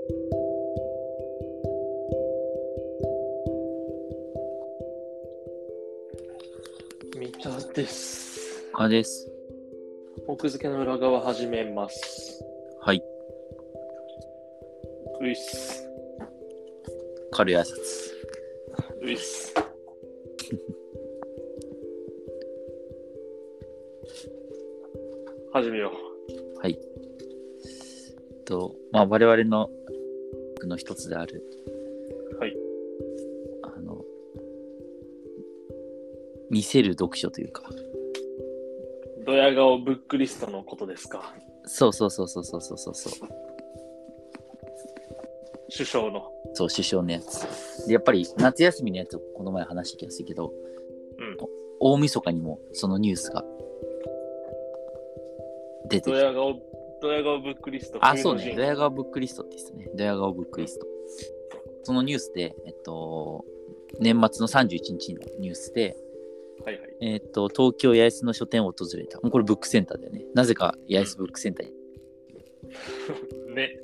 三田です。 です。 奥付けの裏側始めます。 はい。 ういっす。 軽い挨拶。 ういっす。始めよう。はい。我々の一つである。 はい。 見せる読書というか。 ドヤ顔ブックリストのことですか。 そう。 首相の。 そう、首相のやつ。で、やっぱり夏休みのやつをこの前話した気がするけど、大晦日にもそのニュースが出てきて。 ドヤ顔ブックリスト。 あ、そうね。ドヤ顔ブックリストって言ってたね。ドヤ顔ブックリスト。そのニュースで、年末の31日のニュースで、 はいはい。 東京八重洲の書店を訪れた。もうこれブックセンターだよね。なぜか八重洲ブックセンターに。 ね。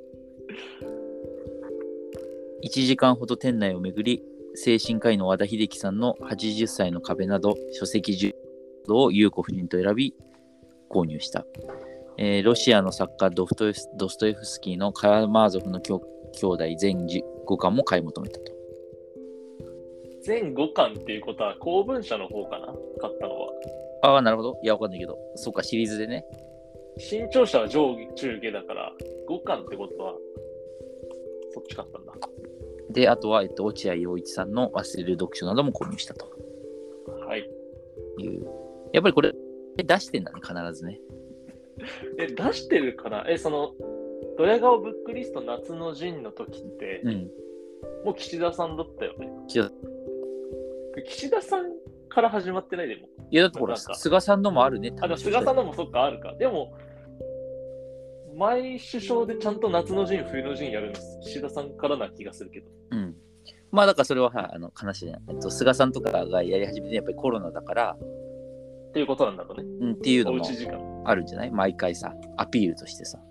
1時間ほど店内を巡り、精神科医の和田秀樹さんの80歳の壁など、書籍10を優子夫人と選び、購入した。ロシアの作家ドストエフスキーのカラマーゾフの兄弟全5巻も買い求めたと。 全5巻っていうことは公文社の方かな、買ったのは。 ああ、なるほど。いや、わかんないけど。そうか、シリーズでね。 新潮社は上下中下だから、5巻ってことは、そっち買ったんだ。 で、あとは、落合陽一さんの忘れる読書なども購入したと。 はい。 やっぱりこれ、出してんだね、必ずね。 出してるかな。ドヤ顔ブックリスト夏の陣の時って、もう岸田さんだったよね。岸田さんから始まってないでも。 いや、だってほら、菅さんのもあるねって話。菅さんのもそっかあるか。でも、前首相でちゃんと夏の陣、冬の陣やるの岸田さんからな気がするけど。 まあ、だからそれは、話じゃない。菅さんとかがやり始めて、やっぱりコロナだから、 っていうことなんだろうね。 っていうのもあるんじゃない？毎回さ、アピールとしてさ。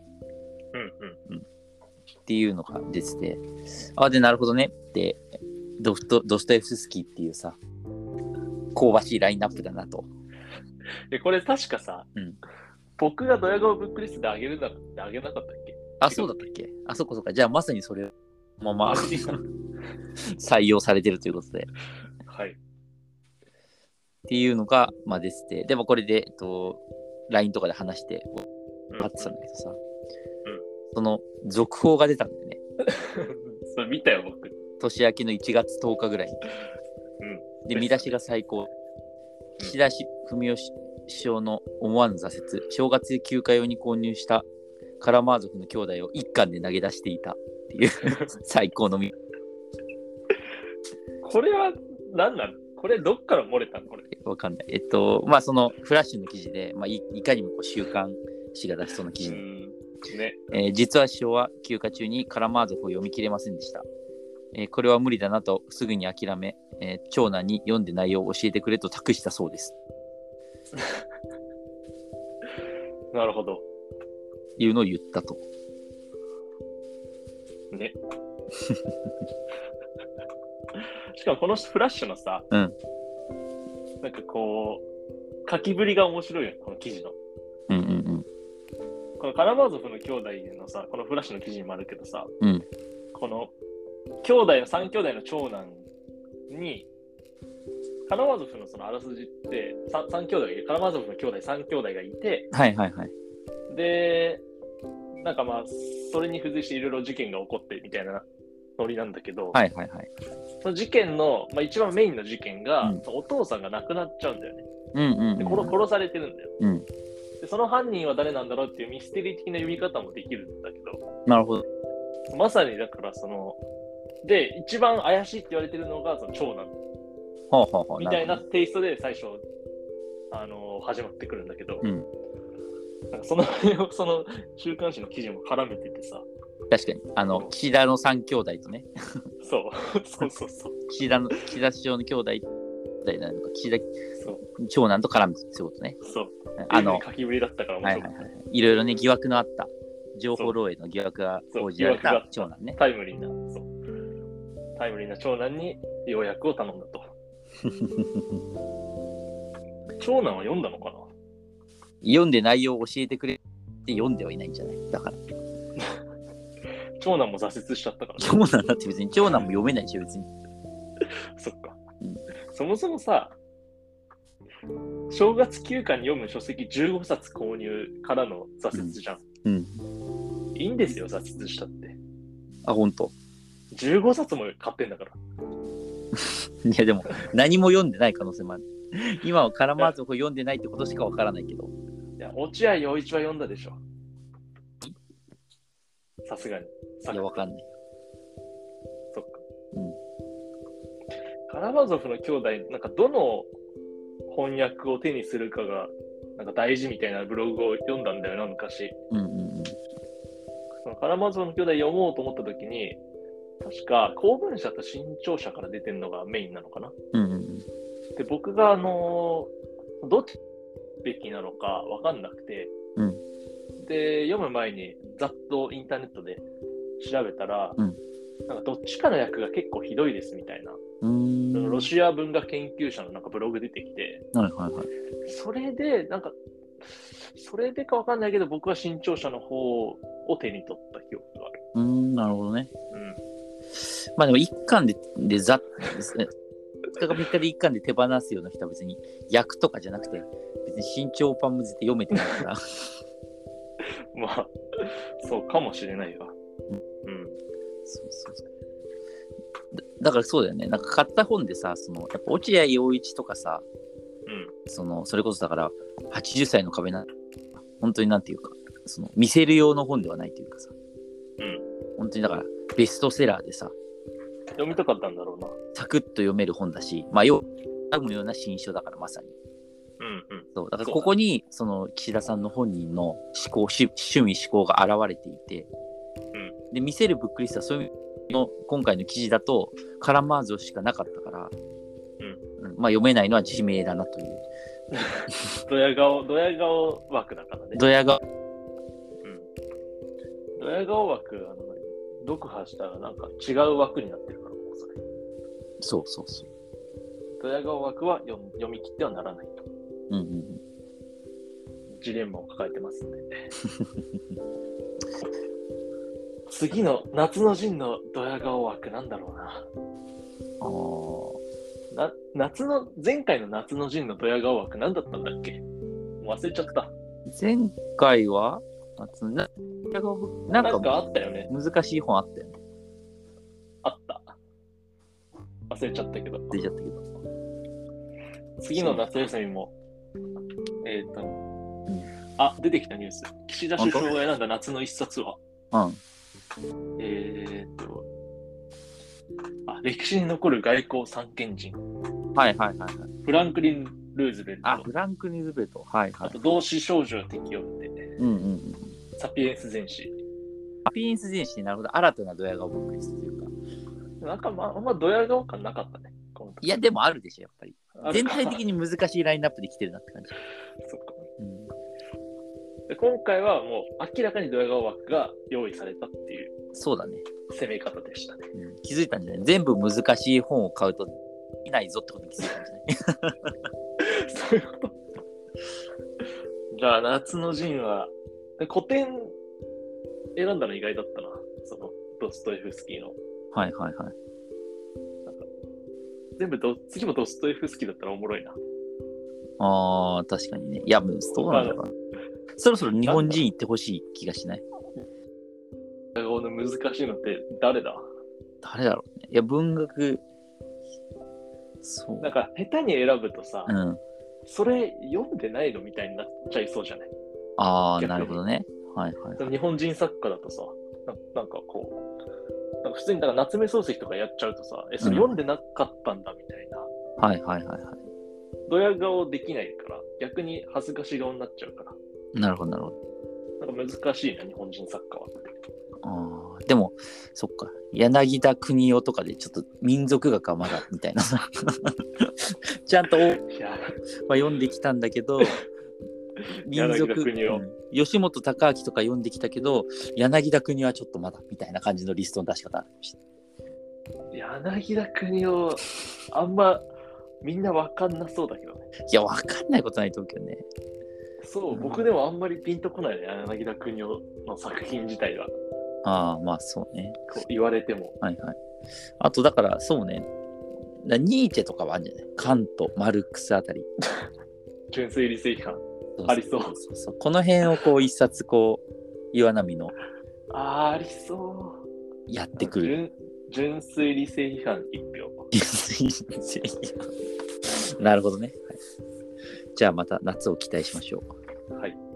っていうのが出てて、で、なるほどねって、ドストエフスキーっていうさ、香ばしいラインナップだなと。 これ確かさ、僕がドヤ顔ブックリストであげるんだってあげなかったっけ？ あ、そうだったっけ？あ、そっか。じゃあまさにそれまま採用されてるということで。 はい。 っていうのが、出てて、でもこれで、LINE とかで話して分かってたんだけどさ、その続報が出たんだよね。 それ見たよ、僕。 年明けの1月10日ぐらいに。で、見出しが最高。岸田文雄首相の思わぬ挫折、正月休暇用に購入したカラマーゾフの兄弟を一巻で投げ出していたっていう最高のこれは何なの？これどっから漏れたの？これわかんない。そのフラッシュの記事で、いかにも週刊誌が出しそうな記事ね。実は首相は休暇中にカラマーゾフを読み切れませんでした。これは無理だなとすぐに諦め、長男に読んで内容を教えてくれと託したそうです。 なるほど。 いうのを言ったと。 ね。しかもこのフラッシュのさ、なんかこう、書きぶりが面白いよね、この記事の。このカラマーゾフの兄弟のさ、このフラッシュの記事にもあるけどさ、この3兄弟の長男に、カラマーゾフのそのあらすじって、3兄弟カラマーゾフの兄弟3兄弟がいて、で、なんかそれに付随していろいろ事件が起こってみたいなノリなんだけど、その事件の、一番メインの事件が、お父さんが亡くなっちゃうんだよね。で殺されてるんだよ。でその犯人は誰なんだろうっていうミステリー的な読み方もできるんだけど、 なるほど。 まさにだからで、一番怪しいって言われてるのがその長男みたいなテイストで最初、始まってくるんだけど、なんかその週刊誌の記事も絡めててさ。 確かに。岸田の3兄弟とね。 そう。 岸田首相の兄弟なのか、岸田長男と絡めてってことね。 そう。書きぶりだったから面白い。 いろいろね、疑惑のあった情報漏洩の疑惑が報じられた長男ね。 タイムリーな長男に要約を頼んだと。長男は読んだのかな。 読んで内容を教えてくれって読んではいないんじゃない。だから長男も挫折しちゃったから、ね、 長男だって別に長男も読めないでしょ別に。 そっか、そもそもさ、正月休暇に読む書籍15冊購入からの挫折じゃん。いいんですよ、挫折したって。 あ、ほんと。 15冊も買ってんだから。 いやでも何も読んでない可能性もある。今はカラマーゾフを読んでないってことしかわからないけど。 いや、落合陽一は読んだでしょ。さすがに。 いや、わかんない。 そっか。カラマーゾフの兄弟、なんかどの翻訳を手にするかがなんか大事みたいなブログを読んだんだよな、昔。そのカラマーゾフの兄弟読もうと思った時に、確か公文社と新潮社から出てるのがメインなのかな。で、僕がどっちべきなのかわかんなくて、で、読む前にざっとインターネットで調べたら、なんかどっちかの訳が結構ひどいですみたいな、ロシア文学研究者のなんかブログ出てきて、それでかわかんないけど、僕は新潮社の方を手に取った記憶がある。 なるほどね。まあでも一巻でざっ2日か3日で一巻で手放すような人は別に訳とかじゃなくて、別に新潮版も絶対読めてないから。 まあ、そうかもしれないわ。 そうだからそうだよね。なんか買った本でさ、やっぱ落合陽一とかさ、それこそだから80歳の壁な、本当になんていうか、見せる用の本ではないというかさ、本当にだからベストセラーでさ、 読みたかったんだろうな。 サクッと読める本だし、まあ読むような新書だからまさに。そうだからここに岸田さんの本人の趣味思考が現れていて、で見せるブックリストはそういうの今回の記事だとカラマーゾしかなかったから、まあ読めないのは自明だなという。 ドヤ顔枠だからね。 ドヤ顔枠読破したらなんか違う枠になってるから、もうそれ。 そう。 ドヤ顔枠は読み切ってはならないと。ジレンマを抱えてますんで。次の夏の陣のドヤ顔枠なんだろうな。前回の夏の陣のドヤ顔枠なんだったんだっけ？もう忘れちゃった。 前回はなんかあったよね。 難しい本あったよね。 あった。忘れちゃったけど。次の夏休みも、出てきたニュース。岸田首相が選んだ夏の一冊は、歴史に残る外交三賢人。フランクリン・ルーズベルト。 フランクリン・ルーズベルト。 あと、同志少女適用で。サピエンス全史。 なるほど。新たなドヤ顔ブックリストというか。 なんかあんまドヤ顔感なかったね。 いや、でもあるでしょ、やっぱり。全体的に難しいラインナップで来てるなって感じ。 そっか。で今回はもう明らかにドヤ顔枠が用意されたっていう。 そうだね。 攻め方でしたね。 気づいたんじゃない？全部難しい本を買うといないぞってことに気づいたんじゃない？ そういうこと。じゃあ夏の陣は古典選んだの意外だったな。ドストエフスキーの。全部次もドストエフスキーだったらおもろいな。 確かにね。いや、そうなんだろうな。そろそろ日本人行ってほしい気がしない？ 難しいのって誰だろうね。いや、文学、そう。 なんか下手に選ぶとさ、それ読んでないのみたいになっちゃいそうじゃない？ なるほどね。 日本人作家だとさ、なんかこう、なんか普通にだから夏目漱石とかやっちゃうとさ、それ読んでなかったんだみたいな。ドヤ顔できないから、逆に恥ずかし顔になっちゃうから。 なるほど。 なんか難しいな、日本人作家は。 でも、そっか。柳田国男とかでちょっと民族学はまだみたいな。ちゃんと、読んできたんだけど、 民族、吉本隆明とか読んできたけど、柳田国はちょっとまだみたいな感じのリストの出し方あるかもしれない。柳田国をあんまみんなわかんなそうだけどね。 いや、わかんないことないと思うけどね。 そう、僕でもあんまりピンとこないね、柳田国夫の作品自体は。 ああ、まあそうね。 こう言われても。 はいはい。あとだからそうね。ニーチェとかはあるんじゃない？カント、マルクスあたり。 純粋理性批判ありそう。 そうこの辺をこう一冊こう岩波のありそう。 やってくる。 純粋理性批判一票。 純粋理性批判。なるほどね。はい、じゃあまた夏を期待しましょう。 はい。